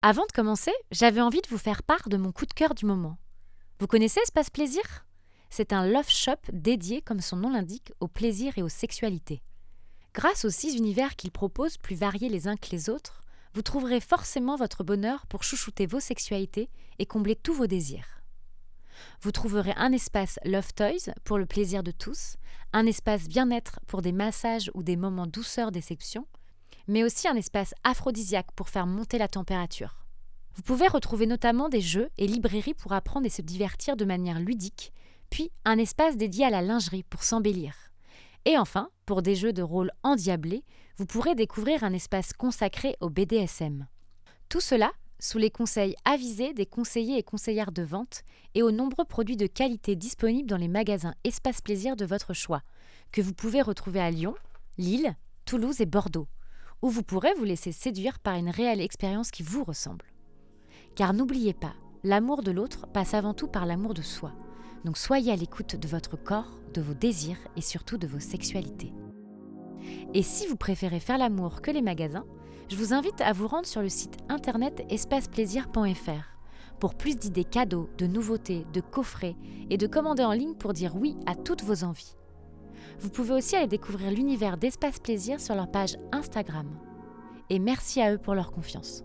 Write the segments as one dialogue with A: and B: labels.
A: Avant de commencer, j'avais envie de vous faire part de mon coup de cœur du moment. Vous connaissez Espace Plaisir ? C'est un love shop dédié, comme son nom l'indique, au plaisir et aux sexualités. Grâce aux 6 univers qu'il propose, plus variés les uns que les autres, vous trouverez forcément votre bonheur pour chouchouter vos sexualités et combler tous vos désirs. Vous trouverez un espace Love Toys pour le plaisir de tous, un espace bien-être pour des massages ou des moments douceur déception, mais aussi un espace aphrodisiaque pour faire monter la température. Vous pouvez retrouver notamment des jeux et librairies pour apprendre et se divertir de manière ludique, puis un espace dédié à la lingerie pour s'embellir. Et enfin, pour des jeux de rôle endiablés, vous pourrez découvrir un espace consacré au BDSM. Tout cela sous les conseils avisés des conseillers et conseillères de vente et aux nombreux produits de qualité disponibles dans les magasins Espace Plaisir de votre choix, que vous pouvez retrouver à Lyon, Lille, Toulouse et Bordeaux, où vous pourrez vous laisser séduire par une réelle expérience qui vous ressemble. Car n'oubliez pas, l'amour de l'autre passe avant tout par l'amour de soi. Donc soyez à l'écoute de votre corps, de vos désirs et surtout de vos sexualités. Et si vous préférez faire l'amour que les magasins, je vous invite à vous rendre sur le site internet espaceplaisir.fr pour plus d'idées cadeaux, de nouveautés, de coffrets et de commander en ligne pour dire oui à toutes vos envies. Vous pouvez aussi aller découvrir l'univers d'Espace Plaisir sur leur page Instagram. Et merci à eux pour leur confiance.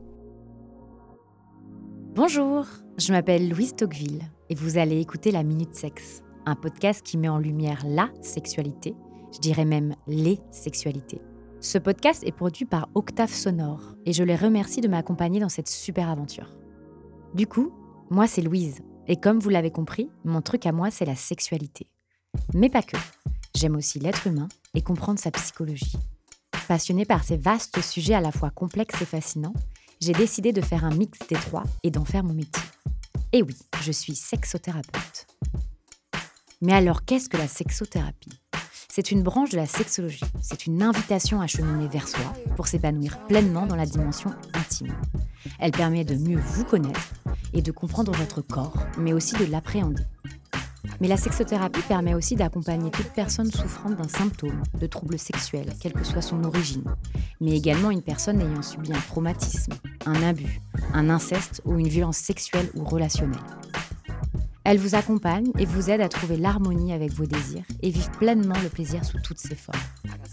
A: Bonjour, je m'appelle Louise Tocqueville et vous allez écouter La Minute Sexe, un podcast qui met en lumière la sexualité, je dirais même les sexualités. Ce podcast est produit par Octave Sonore et je les remercie de m'accompagner dans cette super aventure. Du coup, moi c'est Louise et comme vous l'avez compris, mon truc à moi c'est la sexualité. Mais pas que. J'aime aussi l'être humain et comprendre sa psychologie. Passionnée par ces vastes sujets à la fois complexes et fascinants, j'ai décidé de faire un mix des trois et d'en faire mon métier. Et oui, je suis sexothérapeute. Mais alors, qu'est-ce que la sexothérapie ? C'est une branche de la sexologie. C'est une invitation à cheminer vers soi pour s'épanouir pleinement dans la dimension intime. Elle permet de mieux vous connaître et de comprendre votre corps, mais aussi de l'appréhender. Mais la sexothérapie permet aussi d'accompagner toute personne souffrant d'un symptôme, de troubles sexuels, quelle que soit son origine, mais également une personne ayant subi un traumatisme, un abus, un inceste ou une violence sexuelle ou relationnelle. Elle vous accompagne et vous aide à trouver l'harmonie avec vos désirs et vivre pleinement le plaisir sous toutes ses formes.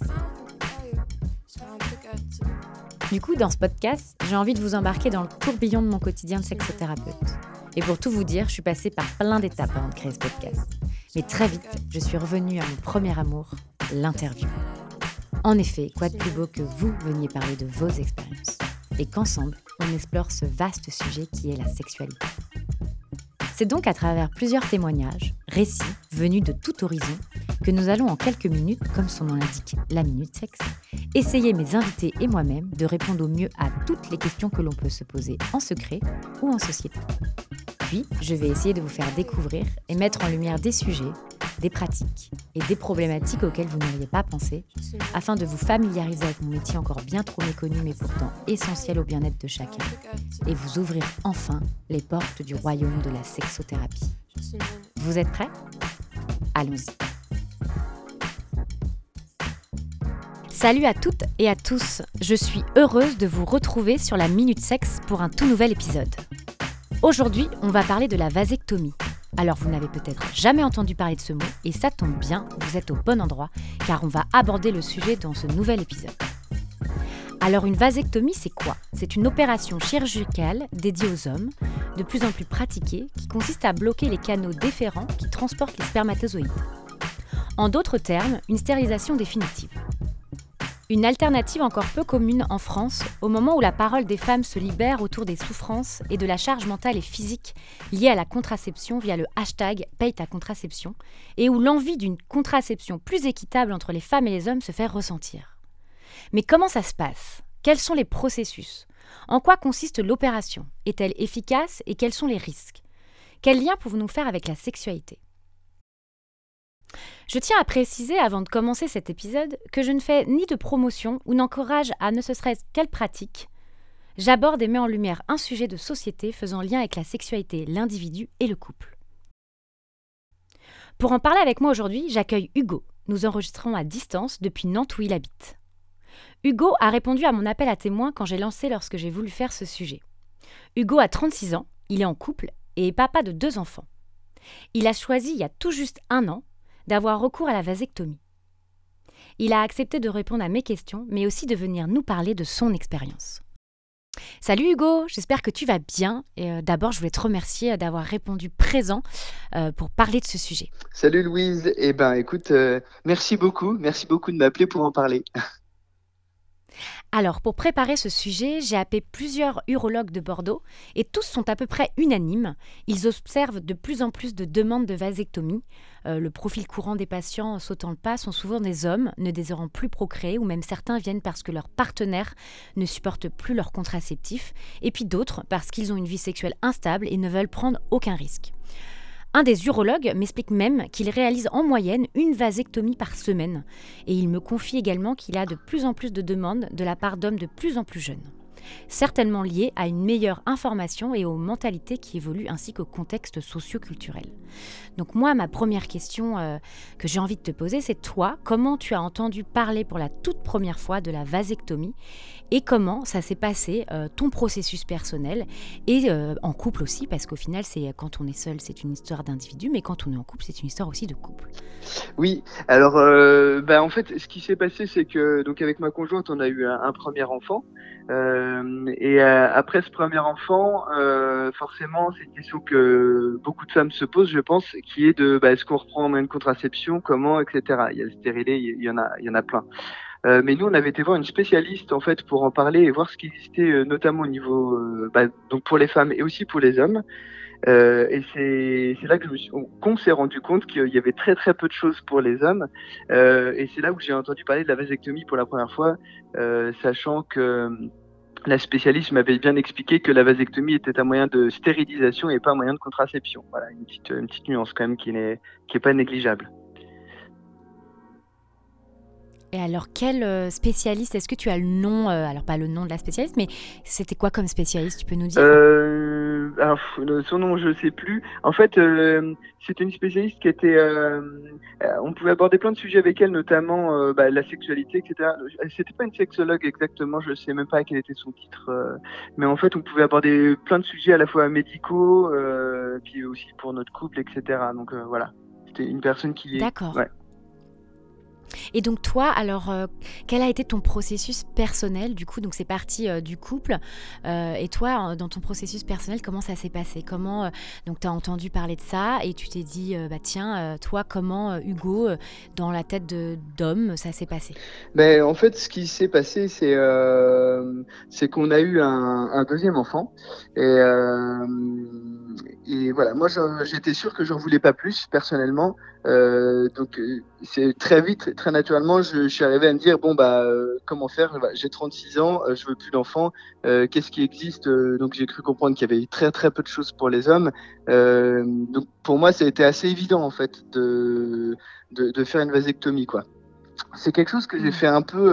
A: Du coup, dans ce podcast, j'ai envie de vous embarquer dans le tourbillon de mon quotidien de sexothérapeute. Et pour tout vous dire, je suis passée par plein d'étapes avant de créer ce podcast. Mais très vite, je suis revenue à mon premier amour, l'interview. En effet, quoi de plus beau que vous veniez parler de vos expériences et qu'ensemble, on explore ce vaste sujet qui est la sexualité. C'est donc à travers plusieurs témoignages, récits, venus de tout horizon, que nous allons en quelques minutes, comme son nom l'indique, la Minute Sexe, essayer mes invités et moi-même de répondre au mieux à toutes les questions que l'on peut se poser en secret ou en société. Puis, je vais essayer de vous faire découvrir et mettre en lumière des sujets, des pratiques et des problématiques auxquelles vous n'auriez pas pensé, afin de vous familiariser avec mon métier encore bien trop méconnu mais pourtant essentiel au bien-être de chacun, et vous ouvrir enfin les portes du royaume de la sexothérapie. Vous êtes prêts ? Allons-y. Salut à toutes et à tous, je suis heureuse de vous retrouver sur la Minute Sexe pour un tout nouvel épisode. Aujourd'hui, on va parler de la vasectomie. Alors vous n'avez peut-être jamais entendu parler de ce mot et ça tombe bien, vous êtes au bon endroit car on va aborder le sujet dans ce nouvel épisode. Alors une vasectomie, c'est quoi ? C'est une opération chirurgicale dédiée aux hommes, de plus en plus pratiquée, qui consiste à bloquer les canaux déférents qui transportent les spermatozoïdes. En d'autres termes, une stérilisation définitive. Une alternative encore peu commune en France, au moment où la parole des femmes se libère autour des souffrances et de la charge mentale et physique liée à la contraception via le hashtag #PayeTaContraception et où l'envie d'une contraception plus équitable entre les femmes et les hommes se fait ressentir. Mais comment ça se passe ? Quels sont les processus ? En quoi consiste l'opération ? Est-elle efficace et quels sont les risques ? Quel lien pouvons-nous faire avec la sexualité ? Je tiens à préciser avant de commencer cet épisode que je ne fais ni de promotion ou n'encourage à ne serait-ce quelle pratique. J'aborde et mets en lumière un sujet de société faisant lien avec la sexualité, l'individu et le couple. Pour en parler avec moi aujourd'hui, j'accueille Hugo. Nous enregistrons à distance depuis Nantes où il habite. Hugo a répondu à mon appel à témoins quand j'ai lancé lorsque j'ai voulu faire ce sujet. Hugo a 36 ans, il est en couple et est papa de 2 enfants. Il a choisi il y a tout juste 1 an d'avoir recours à la vasectomie. Il a accepté de répondre à mes questions, mais aussi de venir nous parler de son expérience. Salut Hugo, j'espère que tu vas bien. Et d'abord, je voulais te remercier d'avoir répondu présent pour parler de ce sujet.
B: Salut Louise, eh ben écoute, merci beaucoup de m'appeler pour en parler.
A: Alors, pour préparer ce sujet, j'ai appelé plusieurs urologues de Bordeaux et tous sont à peu près unanimes. Ils observent de plus en plus de demandes de vasectomie. Le profil courant des patients sautant le pas sont souvent des hommes ne désirant plus procréer ou même certains viennent parce que leur partenaire ne supporte plus leur contraceptif et puis d'autres parce qu'ils ont une vie sexuelle instable et ne veulent prendre aucun risque. Un des urologues m'explique même qu'il réalise en moyenne une vasectomie par semaine. Et il me confie également qu'il a de plus en plus de demandes de la part d'hommes de plus en plus jeunes. Certainement liées à une meilleure information et aux mentalités qui évoluent ainsi qu'au contexte socio-culturel. Donc moi, ma première question que j'ai envie de te poser, c'est toi, comment tu as entendu parler pour la toute première fois de la vasectomie et comment ça s'est passé, ton processus personnel et en couple aussi, parce qu'au final, c'est quand on est seul, c'est une histoire d'individu, mais quand on est en couple, c'est une histoire aussi de couple.
B: Oui, alors en fait, ce qui s'est passé, c'est que donc avec ma conjointe, on a eu un premier enfant. Après ce premier enfant, forcément, c'est une question que beaucoup de femmes se posent, je pense, qui est de est-ce qu'on reprend en moyen de contraception, comment, etc. Il y a le stérilet, il y en a plein. Mais nous, on avait été voir une spécialiste en fait pour en parler et voir ce qui existait, notamment au niveau donc pour les femmes et aussi pour les hommes. Et c'est là que qu'on s'est rendu compte qu'il y avait très très peu de choses pour les hommes. Et c'est là où j'ai entendu parler de la vasectomie pour la première fois, sachant que la spécialiste m'avait bien expliqué que la vasectomie était un moyen de stérilisation et pas un moyen de contraception. Voilà, une petite nuance quand même qui est pas négligeable.
A: Et alors, quel spécialiste, est-ce que tu as le nom, alors pas le nom de la spécialiste, mais c'était quoi comme spécialiste, tu peux nous dire?
B: Alors, son nom, je sais plus. En fait, c'était une spécialiste qui était. On pouvait aborder plein de sujets avec elle, notamment la sexualité, etc. C'était pas une sexologue exactement, je sais même pas quel était son titre, mais en fait, on pouvait aborder plein de sujets à la fois médicaux, puis aussi pour notre couple, etc. Donc voilà, c'était une personne qui est.
A: D'accord.
B: Ouais.
A: Et donc toi, alors, quel a été ton processus personnel du coup? Donc c'est parti du couple. Et toi, dans ton processus personnel, comment ça s'est passé? Comment donc tu as entendu parler de ça et tu t'es dit, bah tiens, toi, comment Hugo, dans la tête d'homme, ça s'est passé?
B: Mais en fait, ce qui s'est passé, c'est qu'on a eu un deuxième enfant. Et, euh, et voilà, moi, j'étais sûr que j'en voulais pas plus, personnellement. Donc, c'est très vite, très naturellement, je suis arrivé à me dire, bon, comment faire? J'ai 36 ans, je veux plus d'enfants. Qu'est-ce qui existe? Donc, j'ai cru comprendre qu'il y avait très, très peu de choses pour les hommes. Donc, pour moi, ça a été assez évident, en fait, de faire une vasectomie, quoi. C'est quelque chose que j'ai
A: Hmm.
B: fait un peu.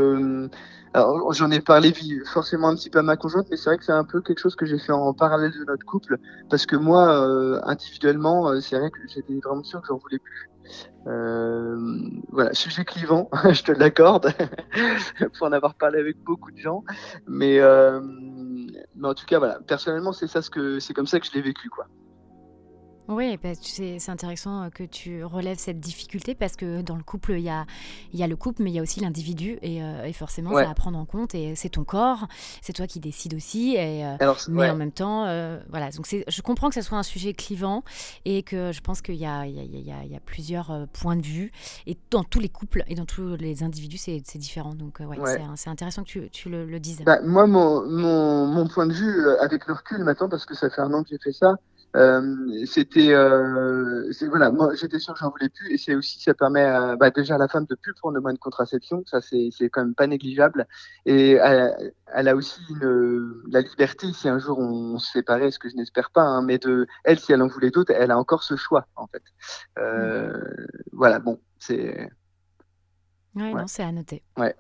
B: Alors, j'en ai parlé forcément un petit peu à ma conjointe, mais c'est vrai que c'est un peu quelque chose que j'ai fait en parallèle de notre couple, parce que moi, individuellement, c'est vrai que j'étais vraiment sûr que j'en voulais plus. Euh, voilà, sujet clivant, je te l'accorde, pour en avoir parlé avec beaucoup de gens, mais mais en tout cas, voilà, personnellement, c'est comme ça que je l'ai vécu, quoi.
A: Oui, bah, c'est intéressant que tu relèves cette difficulté parce que dans le couple, il y a le couple, mais il y a aussi l'individu et forcément, ça
B: Ouais.
A: à prendre en compte et c'est ton corps, c'est toi qui décides aussi,
B: Alors,
A: mais en
B: ouais.
A: même temps, voilà. Donc je comprends que ce soit un sujet clivant et que je pense qu'il y a plusieurs points de vue et dans tous les couples et dans tous les individus, c'est différent. Donc ouais,
B: Ouais.
A: c'est intéressant que tu le dises.
B: Moi, mon point de vue, avec le recul maintenant, parce que ça fait 1 an que j'ai fait ça, voilà, moi, j'étais sûr que j'en voulais plus, et c'est aussi, ça permet déjà à la femme de plus prendre le moyen de contraception, ça c'est quand même pas négligeable, et elle a aussi la liberté, si un jour on se séparait, ce que je n'espère pas, hein, mais elle, si elle en voulait d'autres, elle a encore ce choix, en fait.
A: Hmm.
B: Euh, voilà, bon, c'est,
A: Ouais,
B: ouais,
A: non, c'est à noter.
B: ouais.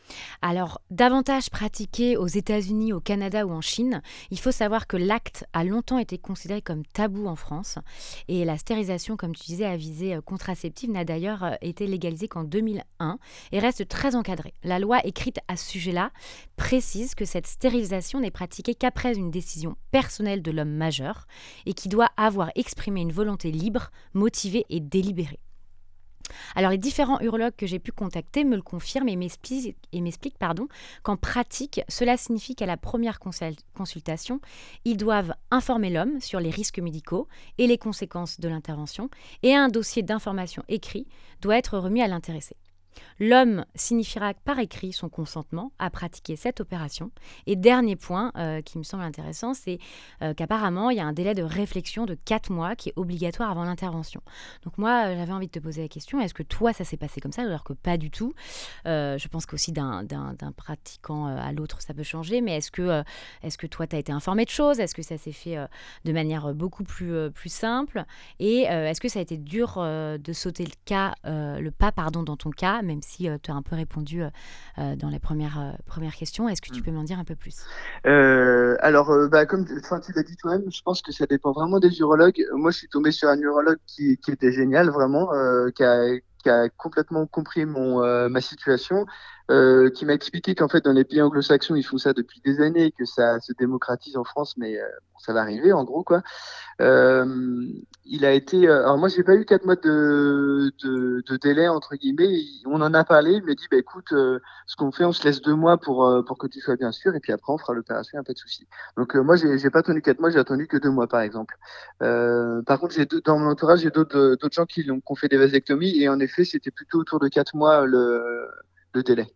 A: Alors, davantage pratiqué aux États-Unis, au Canada ou en Chine, il faut savoir que l'acte a longtemps été considéré comme tabou en France et la stérilisation, comme tu disais, à visée contraceptive n'a d'ailleurs été légalisée qu'en 2001 et reste très encadrée. La loi écrite à ce sujet-là précise que cette stérilisation n'est pratiquée qu'après une décision personnelle de l'homme majeur et qui doit avoir exprimé une volonté libre, motivée et délibérée. Alors les différents urologues que j'ai pu contacter me le confirment et m'expliquent qu'en pratique, cela signifie qu'à la première consultation, ils doivent informer l'homme sur les risques médicaux et les conséquences de l'intervention et un dossier d'information écrit doit être remis à l'intéressé. L'homme signifiera par écrit son consentement à pratiquer cette opération. Et dernier point qui me semble intéressant, c'est qu'apparemment, il y a un délai de réflexion de 4 mois qui est obligatoire avant l'intervention. Donc moi, j'avais envie de te poser la question, est-ce que toi, ça s'est passé comme ça, alors que pas du tout? Je pense qu'aussi d'un pratiquant à l'autre, ça peut changer, mais est-ce que toi, tu as été informé de choses? Est-ce que ça s'est fait de manière beaucoup plus simple? Et est-ce que ça a été dur de sauter le pas dans ton cas, même si tu as un peu répondu dans les premières questions. Est-ce que tu peux m'en dire un peu plus?
B: Alors, comme tu l'as dit toi-même, je pense que ça dépend vraiment des urologues. Moi, je suis tombé sur un urologue qui était génial, vraiment, qui a complètement compris ma situation, qui m'a expliqué qu'en fait, dans les pays anglo-saxons, ils font ça depuis des années, que ça se démocratise en France, mais bon, ça va arriver, en gros, quoi. Il a été. Alors moi, j'ai pas eu 4 mois de délai entre guillemets. On en a parlé. Il m'a dit, bah écoute, ce qu'on fait, on se laisse 2 mois pour que tu sois bien sûr, et puis après on fera l'opération, y a pas de souci. Donc moi, j'ai pas attendu 4 mois, j'ai attendu que 2 mois par exemple. Par contre, dans mon entourage, j'ai d'autres gens qui ont fait des vasectomies, et en effet, c'était plutôt autour de 4 mois le délai.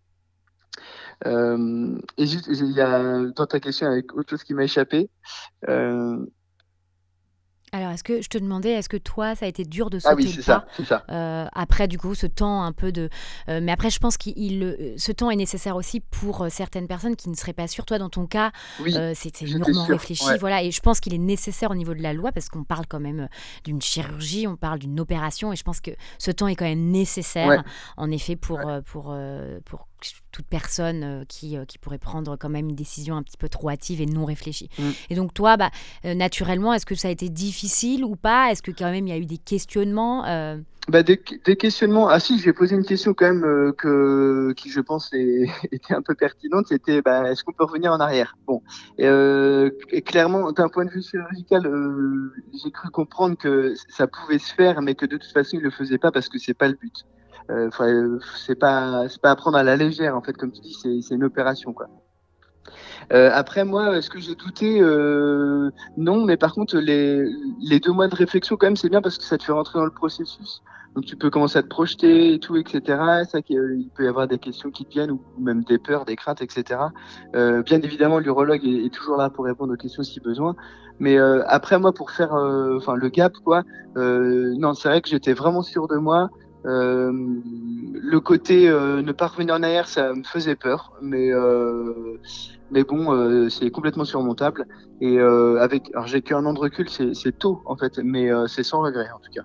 B: Et juste, il y a dans ta question avec autre chose qui m'a échappé. Euh,
A: Alors, est-ce que je te demandais, est-ce que toi, ça a été dur de
B: Ah oui,
A: sauter le
B: c'est
A: pas
B: ça, c'est ça.
A: après, du coup, ce temps un peu de... mais après, je pense que ce temps est nécessaire aussi pour certaines personnes qui ne seraient pas sûres. Toi, dans ton cas,
B: Oui,
A: c'est
B: j'étais
A: mûrement
B: sûr.
A: réfléchi,
B: Ouais,
A: voilà. Et je pense qu'il est nécessaire au niveau de la loi parce qu'on parle quand même d'une chirurgie, on parle d'une opération. Et je pense que ce temps est quand même
B: ouais.
A: nécessaire, en effet, pour toute personne qui pourrait prendre quand même une décision un petit peu trop hâtive et non réfléchie.
B: Mm.
A: Et donc, toi, naturellement, est-ce que ça a été difficile ou pas? Est-ce que quand même il y a eu des questionnements
B: Des questionnements. Ah si, j'ai posé une question quand même qui je pense était un peu pertinente. C'était est-ce qu'on peut revenir en arrière? Bon, et clairement, d'un point de vue chirurgical, j'ai cru comprendre que ça pouvait se faire, mais que de toute façon, il le faisait pas parce que c'est pas le but. C'est pas à prendre à la légère en fait, comme tu dis, c'est une opération quoi. Après, moi, est-ce que j'ai douté? Non, mais par contre, les 2 mois de réflexion, quand même, c'est bien parce que ça te fait rentrer dans le processus. Donc, tu peux commencer à te projeter et tout, etc. C'est ça qu'il peut y avoir des questions qui te viennent ou même des peurs, des craintes, etc. Bien évidemment, l'urologue est toujours là pour répondre aux questions si besoin. Mais après, moi, pour faire le gap, quoi, non, c'est vrai que j'étais vraiment sûr de moi. Le côté ne pas revenir en arrière, ça me faisait peur, mais bon, c'est complètement surmontable. Et alors j'ai qu'un an de recul, c'est tôt en fait, mais c'est sans regret en tout cas.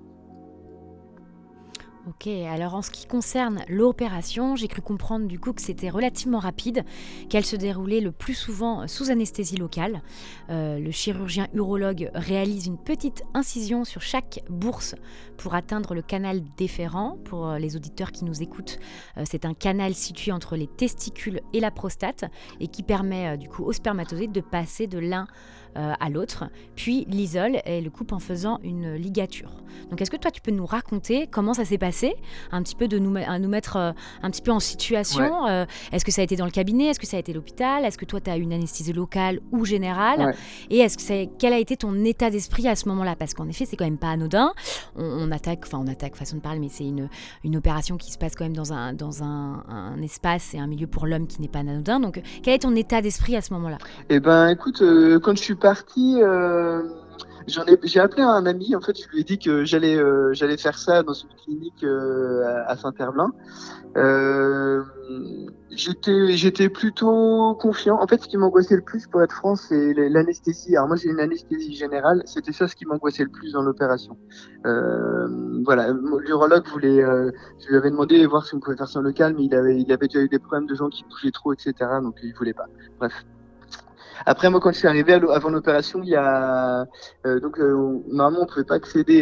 A: Ok, alors en ce qui concerne l'opération, j'ai cru comprendre du coup que c'était relativement rapide, qu'elle se déroulait le plus souvent sous anesthésie locale. Le chirurgien urologue réalise une petite incision sur chaque bourse pour atteindre le canal déférent. Pour les auditeurs qui nous écoutent, c'est un canal situé entre les testicules et la prostate et qui permet du coup aux spermatozoïdes de passer de l'un à l'autre, puis l'isole et le coupe en faisant une ligature. Donc est-ce que toi tu peux nous raconter comment ça s'est passé, un petit peu de nous mettre un petit peu en
B: Ouais,
A: situation, est-ce que ça a été dans le cabinet, est-ce que ça a été l'hôpital, est-ce que toi tu as une anesthésie locale ou générale,
B: ouais.
A: et quel a été ton état d'esprit à ce moment-là, parce qu'en effet c'est quand même pas anodin, on attaque façon de parler, mais c'est une opération qui se passe quand même dans un espace et un milieu pour l'homme qui n'est pas anodin, donc quel est ton état d'esprit à ce moment-là?
B: Eh ben, écoute, quand je suis parti, J'ai appelé un ami, en fait, je lui ai dit que j'allais faire ça dans une clinique à Saint-Herblain. Euh, j'étais plutôt confiant. En fait, ce qui m'angoissait le plus, pour être franc, c'est l'anesthésie. Alors moi, j'ai une anesthésie générale. C'était ça ce qui m'angoissait le plus dans l'opération. Euh, voilà, l'urologue voulait, je lui avais demandé de voir si on pouvait faire ça en local, mais il avait déjà eu des problèmes de gens qui bougeaient trop, etc. Donc il voulait pas. Bref. Après, moi, quand je suis arrivé avant l'opération, il y a normalement on pouvait pas accéder,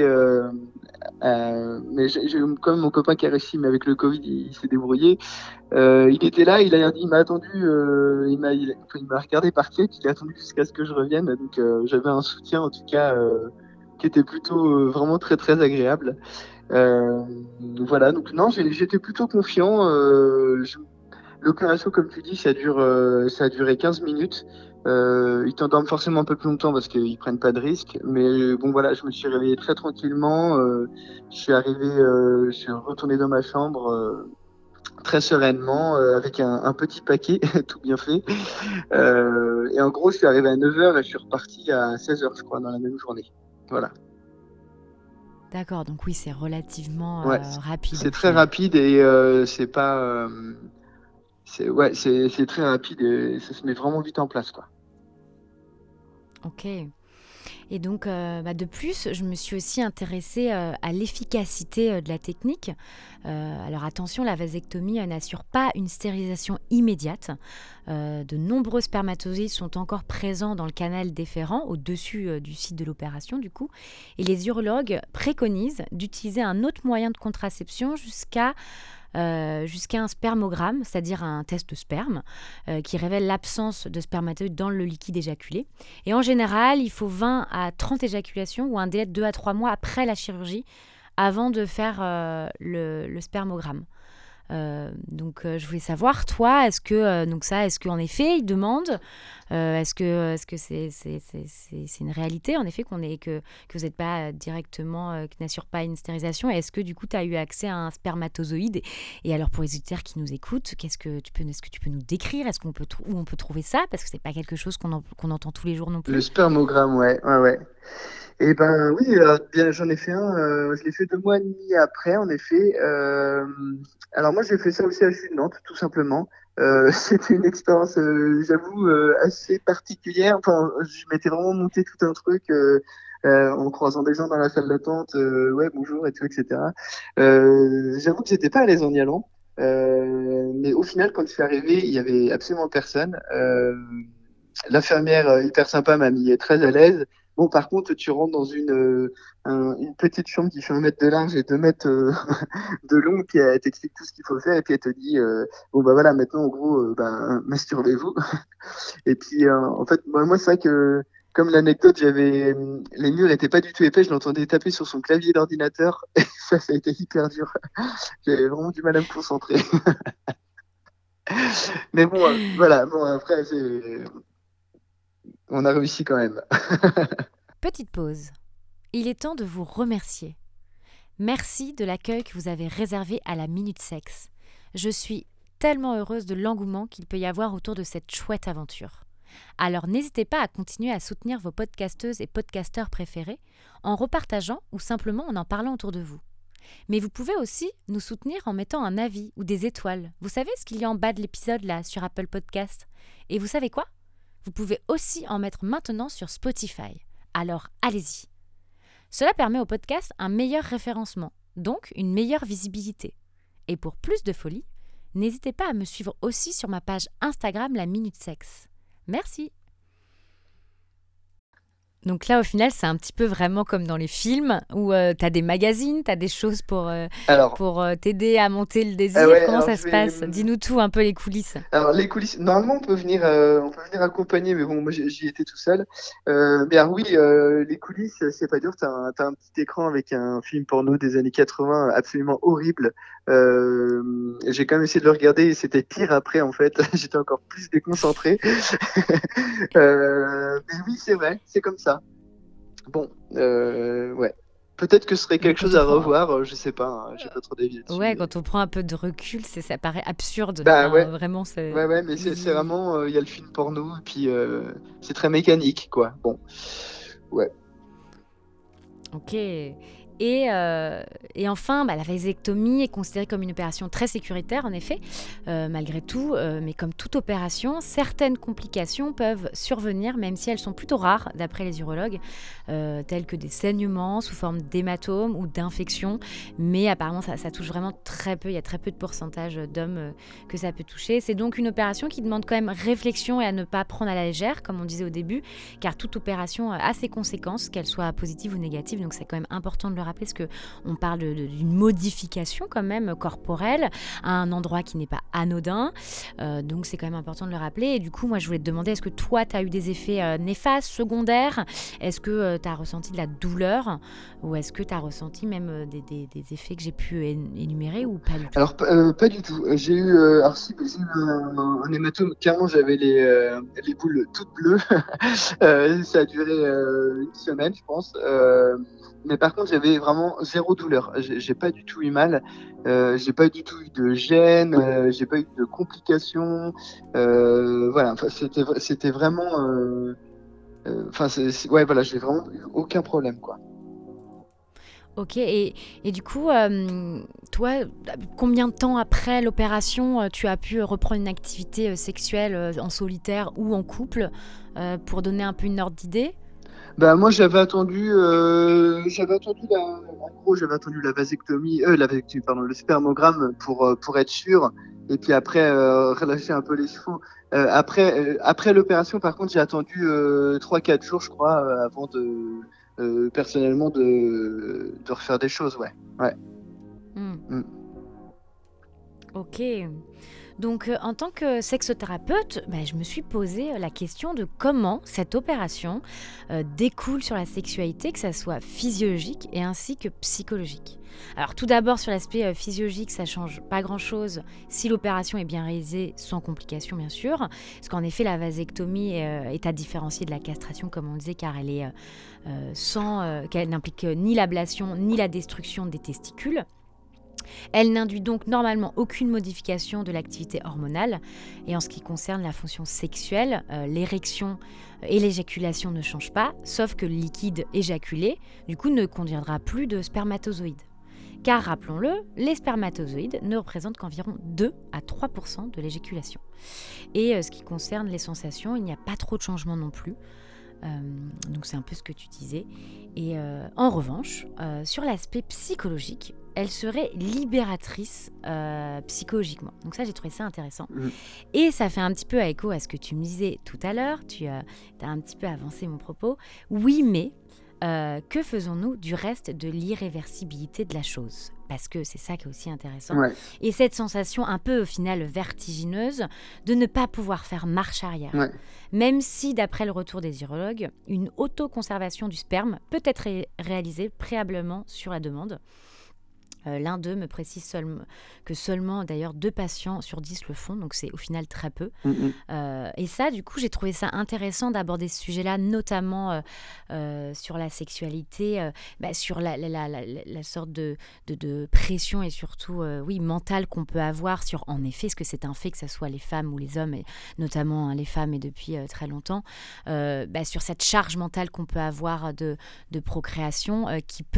B: mais j'ai quand même mon copain qui a réussi, mais avec le Covid, il s'est débrouillé. Il était là, il m'a attendu, il m'a regardé partir, puis il a attendu jusqu'à ce que je revienne. Donc j'avais un soutien en tout cas qui était plutôt vraiment très très agréable. Euh, voilà, donc non, j'étais plutôt confiant. L'opération, comme tu dis, ça a duré 15 minutes. Ils t'endorment forcément un peu plus longtemps parce qu'ils prennent pas de risques. Mais bon, voilà, je me suis réveillé très tranquillement. Je suis retourné dans ma chambre très sereinement avec un petit paquet, tout bien fait. Et en gros, je suis arrivé à 9h et je suis reparti à 16h, je crois, dans la même journée. Voilà.
A: D'accord, donc oui, c'est relativement
B: Ouais,
A: rapide
B: c'est
A: au
B: très
A: final.
B: rapide et c'est pas. C'est très rapide et ça se met vraiment vite en place, quoi.
A: Ok. Et donc, de plus, je me suis aussi intéressée à l'efficacité de la technique. Alors attention, la vasectomie n'assure pas une stérilisation immédiate. De nombreux spermatozoïdes sont encore présents dans le canal déférent, au-dessus du site de l'opération du coup. Et les urologues préconisent d'utiliser un autre moyen de contraception jusqu'à un spermogramme, c'est-à-dire un test de sperme, qui révèle l'absence de spermatozoïdes dans le liquide éjaculé. Et en général, il faut 20 à 30 éjaculations ou un délai de 2 à 3 mois après la chirurgie avant de faire le spermogramme. Je voulais savoir, toi, est-ce qu'en effet, ils demandent, est-ce que c'est une réalité, en effet, que vous n'êtes pas directement, qui n'assure pas une stérilisation, et est-ce que du coup, tu as eu accès à un spermatozoïde? Et alors, pour les auditeurs qui nous écoutent, est-ce que tu peux nous décrire, où on peut trouver ça? Parce que c'est pas quelque chose qu'on entend tous les jours non
B: Le
A: plus.
B: spermogramme, ouais, ouais, ouais. Et ben oui, bien, j'en ai fait un. Je l'ai fait 2 mois et demi après, en effet. Alors moi, j'ai fait ça aussi à la de Nantes, tout simplement. C'était une expérience, j'avoue, assez particulière. Enfin, je m'étais vraiment monté tout un truc en croisant des gens dans la salle d'attente. Ouais, bonjour et tout, etc. J'avoue que j'étais pas à l'aise en y allant. Mais au final, quand je suis arrivé, il y avait absolument personne. L'infirmière hyper sympa m'a mis très à l'aise. Bon, par contre, tu rentres dans une petite chambre qui fait 1 mètre de large et 2 mètres de long, qui t'explique tout ce qu'il faut faire, et puis elle te dit, bon, bah voilà, maintenant, en gros, masturbez-vous. Et puis, en fait, moi, c'est vrai que, comme l'anecdote, les murs étaient pas du tout épais, je l'entendais taper sur son clavier d'ordinateur, et ça a été hyper dur. J'avais vraiment du mal à me concentrer. Mais bon, voilà, bon, après, on a réussi quand même.
A: Petite pause. Il est temps de vous remercier. Merci de l'accueil que vous avez réservé à la Minute Sexe. Je suis tellement heureuse de l'engouement qu'il peut y avoir autour de cette chouette aventure. Alors n'hésitez pas à continuer à soutenir vos podcasteuses et podcasteurs préférés en repartageant ou simplement en parlant autour de vous. Mais vous pouvez aussi nous soutenir en mettant un avis ou des étoiles. Vous savez ce qu'il y a en bas de l'épisode là sur Apple Podcast. Et vous savez quoi? Vous pouvez aussi en mettre maintenant sur Spotify. Alors allez-y. Cela permet au podcast un meilleur référencement, donc une meilleure visibilité. Et pour plus de folie, n'hésitez pas à me suivre aussi sur ma page Instagram La Minute Sexe. Merci. Donc là, au final, c'est un petit peu vraiment comme dans les films où tu as des magazines, tu as des choses
B: Alors,
A: pour t'aider à monter le
B: ah
A: désir.
B: ouais,
A: Comment
B: alors
A: ça se passe? Dis-nous tout, un peu les coulisses.
B: alors les coulisses. Normalement, on peut venir accompagner, mais bon, moi j'y étais tout seul. Mais alors oui, les coulisses, c'est pas dur. T'as un petit écran avec un film porno des années 80 absolument horrible. J'ai quand même essayé de le regarder et c'était pire après en fait. J'étais encore plus déconcentré. Mais oui, c'est vrai, c'est comme ça. Bon, ouais. Peut-être que ce serait
A: Mais
B: quelque chose à revoir, je sais pas, hein, j'ai pas trop d'avis là-dessus,
A: ouais,
B: mais...
A: quand on prend un peu de recul, ça paraît absurde.
B: Bah
A: Enfin,
B: ouais,
A: vraiment, c'est...
B: ouais, mais c'est vraiment, il y a le film porno, et puis c'est très mécanique, quoi. Bon, ouais.
A: OK. Et enfin, la vasectomie est considérée comme une opération très sécuritaire, en effet, malgré tout. Mais comme toute opération, certaines complications peuvent survenir, même si elles sont plutôt rares, d'après les urologues, telles que des saignements sous forme d'hématomes ou d'infections. Mais apparemment, ça touche vraiment très peu. Il y a très peu de pourcentage d'hommes que ça peut toucher. C'est donc une opération qui demande quand même réflexion et à ne pas prendre à la légère, comme on disait au début, car toute opération a ses conséquences, qu'elles soient positives ou négatives. Donc c'est quand même important de le rappeler, parce qu'on parle d'une modification quand même corporelle à un endroit qui n'est pas anodin. Donc c'est quand même important de le rappeler. Et du coup, moi je voulais te demander, est-ce que toi tu as eu des effets néfastes, secondaires? Est-ce que tu as ressenti de la douleur, ou est-ce que tu as ressenti même des effets que j'ai pu énumérer, ou pas du tout?
B: Alors, pas du tout. J'ai eu, alors si, j'ai eu un hématome. Clairement, j'avais les boules toutes bleues. Ça a duré une semaine, je pense. Mais par contre, j'avais vraiment zéro douleur. J'ai pas du tout eu mal. J'ai pas du tout eu de gêne. J'ai pas eu de complications. Voilà. Enfin, c'était vraiment. Enfin, ouais, voilà, j'ai vraiment eu aucun problème, quoi.
A: Ok, et du coup, toi, combien de temps après l'opération, tu as pu reprendre une activité sexuelle en solitaire ou en couple, pour donner un peu une ordre d'idée?
B: Bah moi en gros j'avais attendu la vasectomie, pardon, le spermogramme pour être sûr, et puis après relâcher un peu les chevaux. Après l'opération, par contre, j'ai attendu 3-4 jours, je crois, avant personnellement de refaire des choses, ouais. Ouais.
A: Hmm.
B: Mm.
A: Ok. Donc, en tant que sexothérapeute, je me suis posé la question de comment cette opération découle sur la sexualité, que ça soit physiologique et ainsi que psychologique. Alors, tout d'abord, sur l'aspect physiologique, ça change pas grand-chose si l'opération est bien réalisée, sans complications, bien sûr. Parce qu'en effet, la vasectomie est à différencier de la castration, comme on disait, car elle est qu'elle n'implique ni l'ablation ni la destruction des testicules. Elle n'induit donc normalement aucune modification de l'activité hormonale. Et en ce qui concerne la fonction sexuelle, l'érection et l'éjaculation ne changent pas, sauf que le liquide éjaculé, du coup, ne contiendra plus de spermatozoïdes. Car rappelons-le, les spermatozoïdes ne représentent qu'environ 2 à 3% de l'éjaculation. Et ce qui concerne les sensations, il n'y a pas trop de changements non plus. Donc c'est un peu ce que tu disais. Et en revanche, sur l'aspect psychologique, elle serait libératrice psychologiquement. Donc ça, j'ai trouvé ça intéressant.
B: Mm.
A: Et ça fait un petit peu écho à ce que tu me disais tout à l'heure. Tu as un petit peu avancé mon propos. Oui, mais que faisons-nous du reste de l'irréversibilité de la chose? Parce que c'est ça qui est aussi intéressant.
B: Ouais.
A: Et cette sensation un peu, au final, vertigineuse de ne pas pouvoir faire marche arrière.
B: Ouais.
A: Même si, d'après le retour des urologues, une autoconservation du sperme peut être réalisée préalablement sur la demande. L'un d'eux me précise que seulement d'ailleurs 2 patients sur 10 le font, donc c'est au final très peu.
B: Mm, mm.
A: Et ça, du coup, j'ai trouvé ça intéressant d'aborder ce sujet-là, notamment sur la sexualité, sur la sorte de pression et surtout, oui, mentale qu'on peut avoir sur, en effet, ce que c'est un fait que ce soit les femmes ou les hommes, et notamment les femmes et depuis très longtemps, sur cette charge mentale qu'on peut avoir de procréation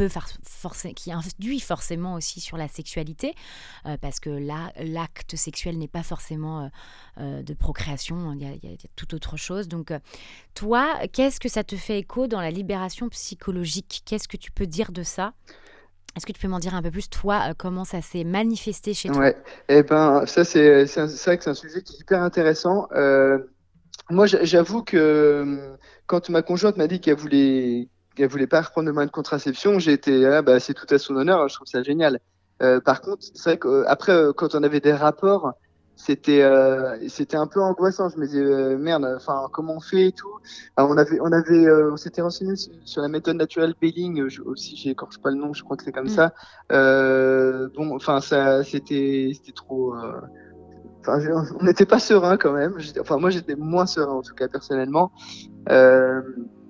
A: qui induit forcément aussi sur la sexualité, parce que là, l'acte sexuel n'est pas forcément de procréation, il y a tout autre chose. Donc, toi, qu'est-ce que ça te fait écho dans la libération psychologique? Qu'est-ce que tu peux dire de ça? Est-ce que tu peux m'en dire un peu plus, toi, comment ça s'est manifesté chez toi?
B: Ouais. Et ben ça c'est vrai que c'est un sujet qui est hyper intéressant. Moi, j'avoue que quand ma conjointe m'a dit qu'elle voulait pas reprendre de moyens de contraception, j'ai été bah c'est tout à son honneur, hein, je trouve ça génial. Par contre, c'est vrai qu'après quand on avait des rapports, c'était un peu angoissant. Je me disais merde, enfin comment on fait et tout. Alors, on s'était renseigné sur la méthode naturelle Belling, aussi j'écorche pas le nom, je crois que c'est comme
A: Mm.
B: ça. Bon, enfin ça c'était trop. Enfin, on n'était pas serein quand même. Enfin, moi, j'étais moins serein, en tout cas, personnellement. Euh,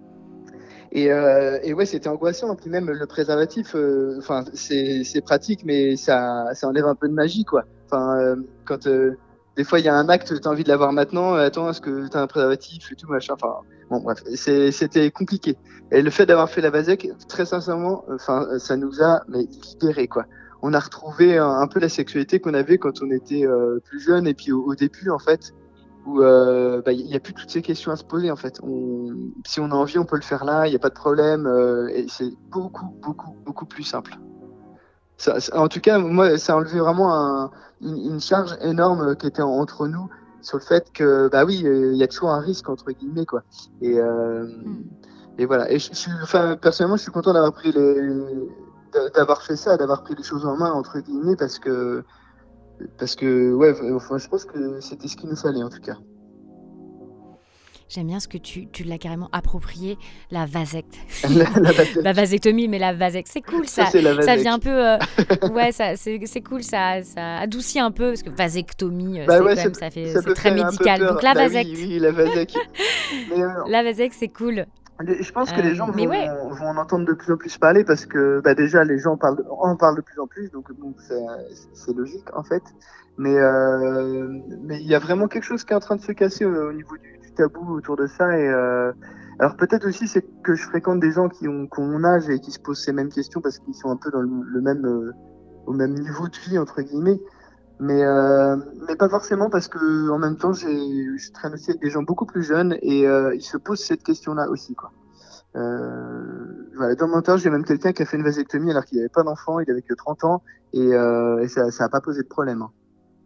B: et ouais, c'était angoissant. Et puis même le préservatif, c'est pratique, mais ça enlève un peu de magie, quoi. Enfin, Des fois, il y a un acte, tu as envie de l'avoir maintenant. Attends, est-ce que tu as un préservatif et tout, machin. Enfin, bon, bref, c'était compliqué. Et le fait d'avoir fait la vasec, très sincèrement, ça nous a libérés, quoi. On a retrouvé un peu la sexualité qu'on avait quand on était plus jeune. Et puis au début, en fait, où il n'y a plus toutes ces questions à se poser, en fait. Si on a envie, on peut le faire là, il n'y a pas de problème. Et c'est beaucoup plus simple. En tout cas, moi, ça a enlevé vraiment une charge énorme qui était entre nous sur le fait que, bah oui, il y a toujours un risque, entre guillemets, quoi. Et, et voilà. Et personnellement, je suis content d'avoir fait ça, d'avoir pris les choses en main, entre guillemets, parce que ouais, enfin, je pense que c'était ce qu'il nous fallait, en tout cas.
A: J'aime bien ce que tu l'as carrément approprié, la vasecte.
B: La
A: vasectomie, mais la vasecte, c'est cool ça. Ça vient un peu, ouais, c'est cool, ça adoucit un peu parce que vasectomie, c'est très médical. Donc la vasecte.
B: Oui, la vasecte.
A: La vasecte, c'est cool.
B: Je pense que les gens vont en entendre de plus en plus parler parce que déjà les gens en parlent de plus en plus, donc bon, c'est logique en fait. Mais il y a vraiment quelque chose qui est en train de se casser au niveau du tabou autour de ça. Et alors peut-être aussi c'est que je fréquente des gens qui ont mon âge et qui se posent ces mêmes questions parce qu'ils sont un peu dans au même niveau de vie, entre guillemets. Mais pas forcément, parce que en même temps je traîne aussi avec des gens beaucoup plus jeunes et ils se posent cette question-là aussi, quoi. Voilà, dans mon entourage, j'ai même quelqu'un qui a fait une vasectomie alors qu'il n'avait pas d'enfant, il avait que 30 ans et ça n'a pas posé de problème, hein.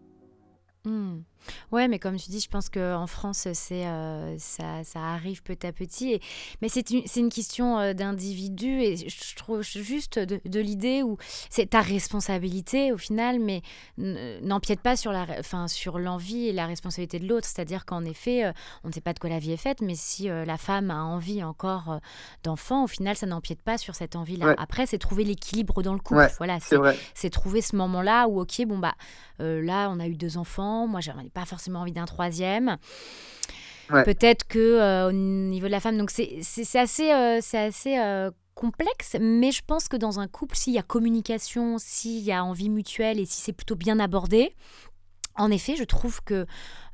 A: Ouais, mais comme tu dis, je pense qu'en France, ça arrive petit à petit. Mais c'est une question d'individu et je trouve juste de l'idée où c'est ta responsabilité au final, mais n'empiète pas sur l'envie et la responsabilité de l'autre. C'est-à-dire qu'en effet, on ne sait pas de quoi la vie est faite, mais si la femme a envie encore d'enfant, au final, ça n'empiète pas sur cette envie-là.
B: Ouais.
A: Après, c'est trouver l'équilibre dans le couple.
B: Ouais,
A: voilà,
B: vrai.
A: C'est trouver ce moment-là où, ok, bon, là, on a eu 2 enfants. Moi, j'en ai pas forcément envie d'un 3e.
B: Ouais.
A: Peut-être que au niveau de la femme, donc c'est assez complexe, mais je pense que dans un couple, s'il y a communication, s'il y a envie mutuelle et si c'est plutôt bien abordé, en effet, je trouve que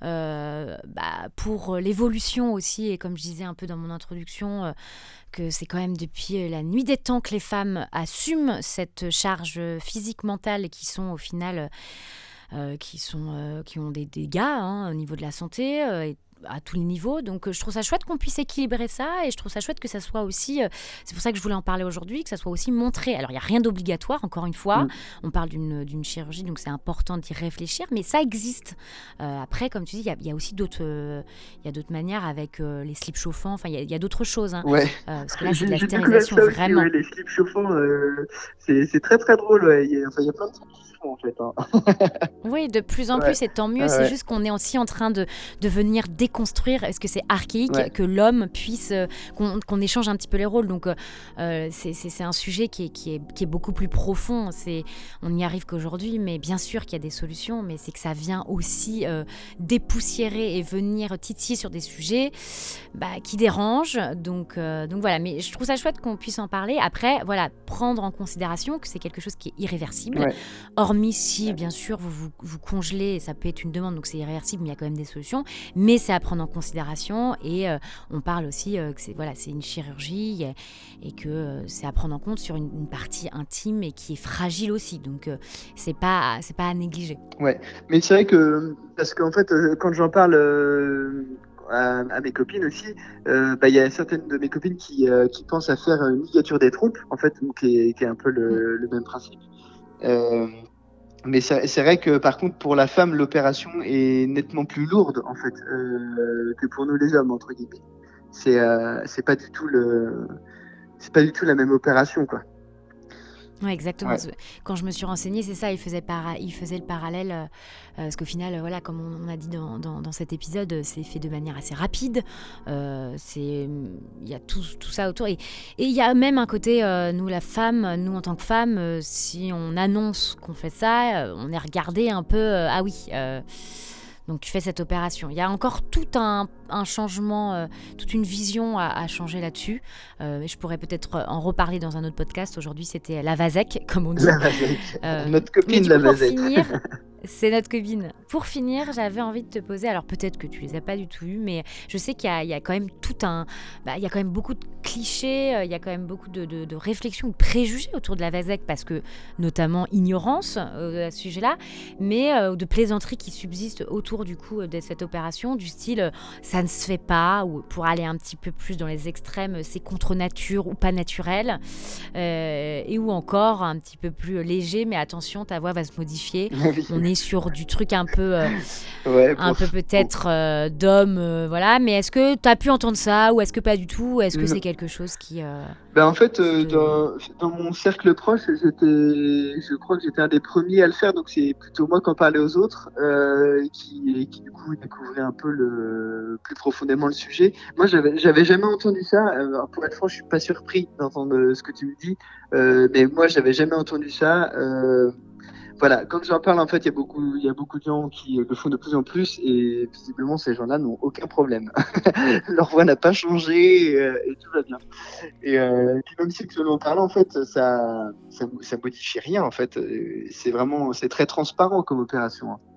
A: pour l'évolution aussi, et comme je disais un peu dans mon introduction, que c'est quand même depuis la nuit des temps que les femmes assument cette charge physique, mentale, et qui sont au final qui ont des dégâts au niveau de la santé et à tous les niveaux. Donc je trouve ça chouette qu'on puisse équilibrer ça et je trouve ça chouette que ça soit aussi, c'est pour ça que je voulais en parler aujourd'hui, que ça soit aussi montré. Alors il n'y a rien d'obligatoire, encore une fois, on parle d'une chirurgie, donc c'est important d'y réfléchir, mais ça existe. Après, comme tu dis, il y a aussi d'autres manières avec les slips chauffants, enfin il y a d'autres choses.
B: Ouais.
A: Parce que là c'est de la stérilisation vraiment.
B: Aussi, les slips chauffants, c'est très très drôle. Ouais. Il y a plein de trucs qui se font en fait, hein.
A: Oui, de plus en plus, et tant mieux. C'est juste qu'on est aussi en train de venir déconstruire. Est-ce que c'est archaïque que l'homme puisse qu'on échange un petit peu les rôles. Donc c'est un sujet qui est beaucoup plus profond. On n'y arrive qu'aujourd'hui, mais bien sûr qu'il y a des solutions, mais c'est que ça vient aussi dépoussiérer et venir titiller sur des sujets qui dérangent. Donc voilà, mais je trouve ça chouette qu'on puisse en parler. Après, voilà, prendre en considération que c'est quelque chose qui est irréversible, hormis si bien sûr vous congelez, ça peut être une demande, donc c'est irréversible, mais il y a quand même des solutions, mais c'est à prendre en considération. Et on parle aussi que c'est une chirurgie et que c'est à prendre en compte sur une partie intime et qui est fragile aussi, donc c'est pas à négliger.
B: Ouais, mais c'est vrai que, parce qu'en fait, quand j'en parle à mes copines aussi, il y a certaines de mes copines qui pensent à faire une ligature des trompes, en fait, qui est un peu le même principe. Mais c'est vrai que par contre pour la femme l'opération est nettement plus lourde en fait que pour nous les hommes, entre guillemets. C'est pas du tout la même opération, quoi.
A: Ouais, exactement. Ouais. Quand je me suis renseignée, c'est ça, il faisait le parallèle, parce qu'au final, voilà, comme on a dit dans cet épisode, c'est fait de manière assez rapide. Il y a tout ça autour. Et il y a même un côté, nous en tant que femmes, si on annonce qu'on fait ça, on est regardé un peu, ah oui... Donc tu fais cette opération. Il y a encore tout un changement, toute une vision à changer là-dessus. Je pourrais peut-être en reparler dans un autre podcast. Aujourd'hui, c'était la vasec, comme on dit.
B: La vasec. Notre copine la vasec.
A: C'est notre copine. Pour finir, j'avais envie de te poser, alors peut-être que tu les as pas du tout eus, mais je sais qu'il y a quand même il y a quand même beaucoup de clichés, il y a quand même beaucoup de réflexions, de préjugés autour de la vasectomie, parce que notamment ignorance à ce sujet-là, mais de plaisanteries qui subsistent autour du coup de cette opération, du style ça ne se fait pas, ou pour aller un petit peu plus dans les extrêmes, c'est contre nature ou pas naturel, et ou encore un petit peu plus léger, mais attention, ta voix va se modifier. On est sur du truc un peu,
B: Ouais,
A: un peu peut-être d'homme, voilà. Mais est-ce que tu as pu entendre ça ou est-ce que pas du tout? Est-ce que c'est quelque chose qui...
B: En fait,
A: qui te-
B: dans mon cercle proche, je crois que j'étais un des premiers à le faire, donc c'est plutôt moi qui en parlais aux autres, qui du coup découvraient un peu plus profondément le sujet. Moi, j'avais jamais entendu ça. Alors, pour être franc, je suis pas surpris d'entendre ce que tu me dis, mais moi, j'avais jamais entendu ça. Voilà, quand j'en parle, en fait, il y a beaucoup de gens qui le font de plus en plus, et visiblement, ces gens-là n'ont aucun problème. Leur voix n'a pas changé, et tout va bien. Et puis même sexuellement parlant, en fait, ça modifie rien, en fait. C'est très transparent comme opération, hein.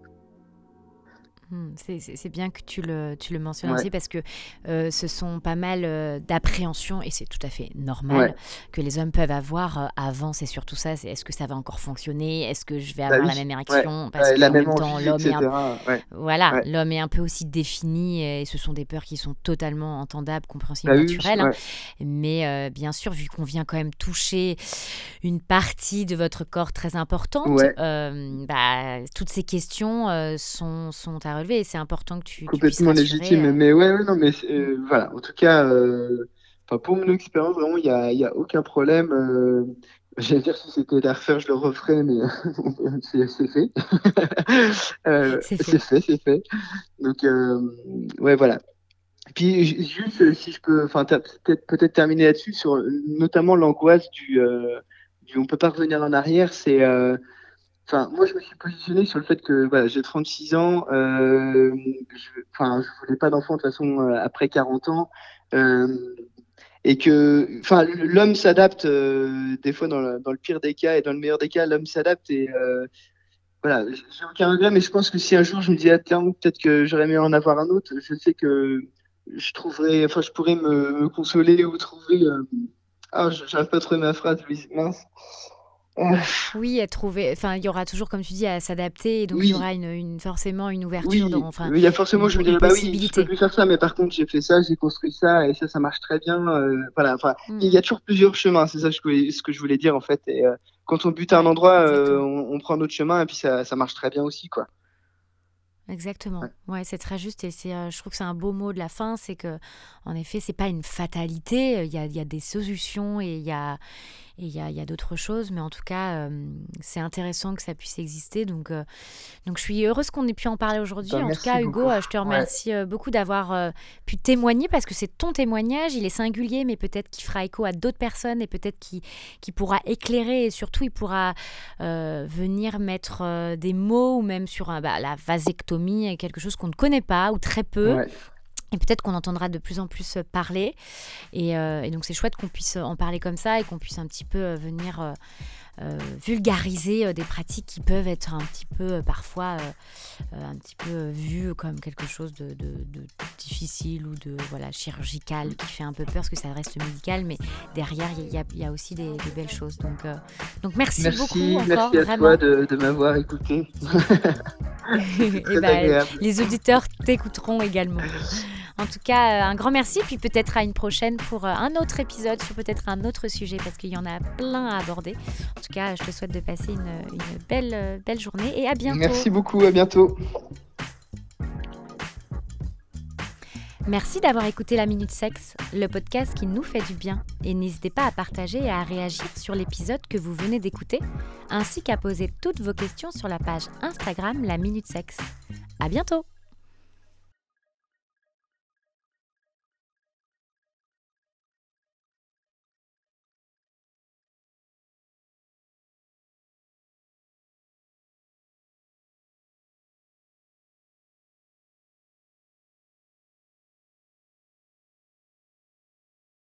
A: C'est bien que tu le mentionnes
B: Ouais,
A: aussi parce que ce sont pas mal d'appréhensions et c'est tout à fait normal
B: ouais,
A: que les hommes peuvent avoir avant, c'est surtout ça, c'est est-ce que ça va encore fonctionner, est-ce que je vais
B: bah
A: avoir la
B: oui,
A: même
B: ouais,
A: érection parce
B: ouais, la
A: qu'en
B: même
A: même temps
B: envie, etc. Ouais,
A: voilà,
B: ouais,
A: l'homme est un peu aussi défini et ce sont des peurs qui sont totalement entendables, compréhensibles,
B: bah oui, oui,
A: naturelles, hein.
B: ouais,
A: Mais bien sûr, vu qu'on vient quand même toucher une partie de votre corps très importante,
B: ouais,
A: toutes ces questions sont à relever et c'est important que tu puisses
B: complètement
A: rassurer.
B: légitime. Mais ouais, ouais, non, mais
A: Mm.
B: voilà. En tout cas, enfin, pour mon expérience, vraiment, il y a aucun problème. J'allais dire si c'était à refaire, je le referais, mais c'est fait.
A: C'est
B: C'est
A: fait.
B: fait, c'est fait. Donc, ouais, voilà. Puis juste si je peux, enfin peut-être terminer là-dessus sur notamment l'angoisse du on peut pas revenir en arrière. Enfin moi je me suis positionné sur le fait que voilà j'ai 36 ans, je voulais pas d'enfant de toute façon après 40 ans, euh, et que enfin l'homme s'adapte des fois dans le pire des cas et dans le meilleur des cas l'homme s'adapte et voilà, j'ai aucun regret, mais je pense que si un jour je me dis, ah, tiens, peut-être que j'aurais aimé en avoir un autre, je sais que je pourrais me consoler ou trouver. J'arrive pas à trouver ma phrase, Louise. Mince. Euh,
A: Oui, à trouver. Enfin, il y aura toujours, comme tu dis, à s'adapter et donc il y
B: oui,
A: aura forcément une ouverture,
B: oui.
A: enfin
B: Il y a forcément, je me
A: une
B: dirais, bah oui, je peux
A: possibilité.
B: plus faire ça, mais par contre, j'ai fait ça, j'ai construit ça, et ça marche très bien. Voilà, enfin,
A: Mm,
B: il y a
A: mm.
B: toujours plusieurs chemins, c'est ça ce que je voulais dire, en fait. Et quand on bute à un
A: Ouais,
B: endroit,
A: exactement.
B: on prend notre chemin, et puis ça marche très bien aussi, quoi.
A: Exactement.
B: Ouais.
A: Ouais, c'est très juste et je trouve que c'est un beau mot de la fin, c'est que en effet, c'est pas une fatalité. Il y a des solutions et il y a d'autres choses, mais en tout cas, c'est intéressant que ça puisse exister. Donc je suis heureuse qu'on ait pu en parler aujourd'hui.
B: Bah,
A: En tout
B: merci
A: cas, Hugo,
B: beaucoup.
A: je te
B: Ouais.
A: remercie beaucoup d'avoir pu témoigner parce que c'est ton témoignage. Il est singulier, mais peut-être qu'il fera écho à d'autres personnes et peut-être qu'il pourra éclairer et surtout il pourra venir mettre des mots ou même sur la vasectomie, quelque chose qu'on ne connaît pas ou très peu.
B: Ouais.
A: Et peut-être qu'on entendra de plus en plus parler. Et donc, c'est chouette qu'on puisse en parler comme ça et qu'on puisse un petit peu venir vulgariser des pratiques qui peuvent être un petit peu, parfois, un petit peu vues comme quelque chose de difficile ou de chirurgical qui fait un peu peur parce que ça reste médical. Mais derrière, il y a aussi des belles choses. Donc, merci beaucoup encore,
B: Merci à toi
A: vraiment.
B: de m'avoir écouté. C'est
A: Et
B: très agréable.
A: les auditeurs t'écouteront également. En tout cas, un grand merci, puis peut-être à une prochaine pour un autre épisode sur peut-être un autre sujet, parce qu'il y en a plein à aborder. En tout cas, je te souhaite de passer une belle journée et à bientôt.
B: Merci beaucoup, à bientôt.
A: Merci d'avoir écouté La Minute Sexe, le podcast qui nous fait du bien. Et n'hésitez pas à partager et à réagir sur l'épisode que vous venez d'écouter, ainsi qu'à poser toutes vos questions sur la page Instagram La Minute Sexe. À bientôt!